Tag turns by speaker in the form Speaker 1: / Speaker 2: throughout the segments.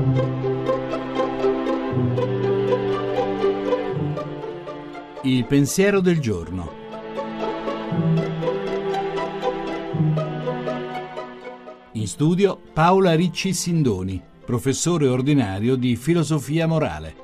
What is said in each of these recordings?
Speaker 1: Il pensiero del giorno. In studio Paola Ricci Sindoni, professore ordinario di filosofia morale.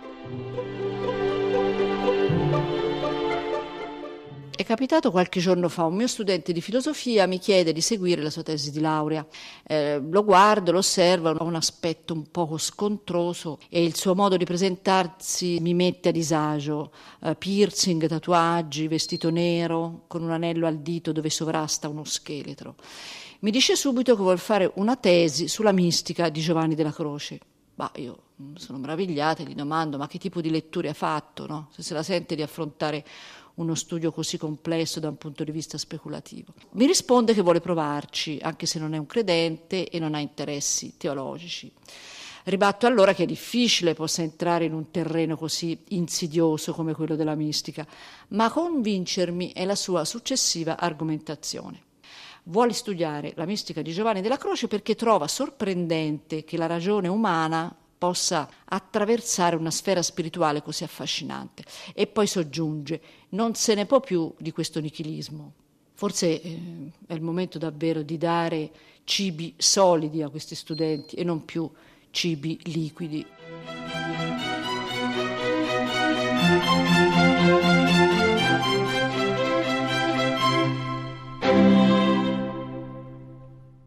Speaker 2: È capitato qualche giorno fa, un mio studente di filosofia mi chiede di seguire la sua tesi di laurea. Lo guardo, lo osservo, ha un aspetto un poco scontroso e il suo modo di presentarsi mi mette a disagio. Piercing, tatuaggi, vestito nero, con un anello al dito dove sovrasta uno scheletro. Mi dice subito che vuol fare una tesi sulla mistica di Giovanni della Croce. Io sono meravigliata e gli domando: ma che tipo di letture ha fatto, no? Se la sente di affrontare uno studio così complesso da un punto di vista speculativo. Mi risponde che vuole provarci, anche se non è un credente e non ha interessi teologici. Ribatto allora che è difficile possa entrare in un terreno così insidioso come quello della mistica, ma a convincermi è la sua successiva argomentazione. Vuole studiare la mistica di Giovanni della Croce perché trova sorprendente che la ragione umana possa attraversare una sfera spirituale così affascinante. E poi soggiunge: non se ne può più di questo nichilismo. Forse è il momento davvero di dare cibi solidi a questi studenti e non più cibi liquidi.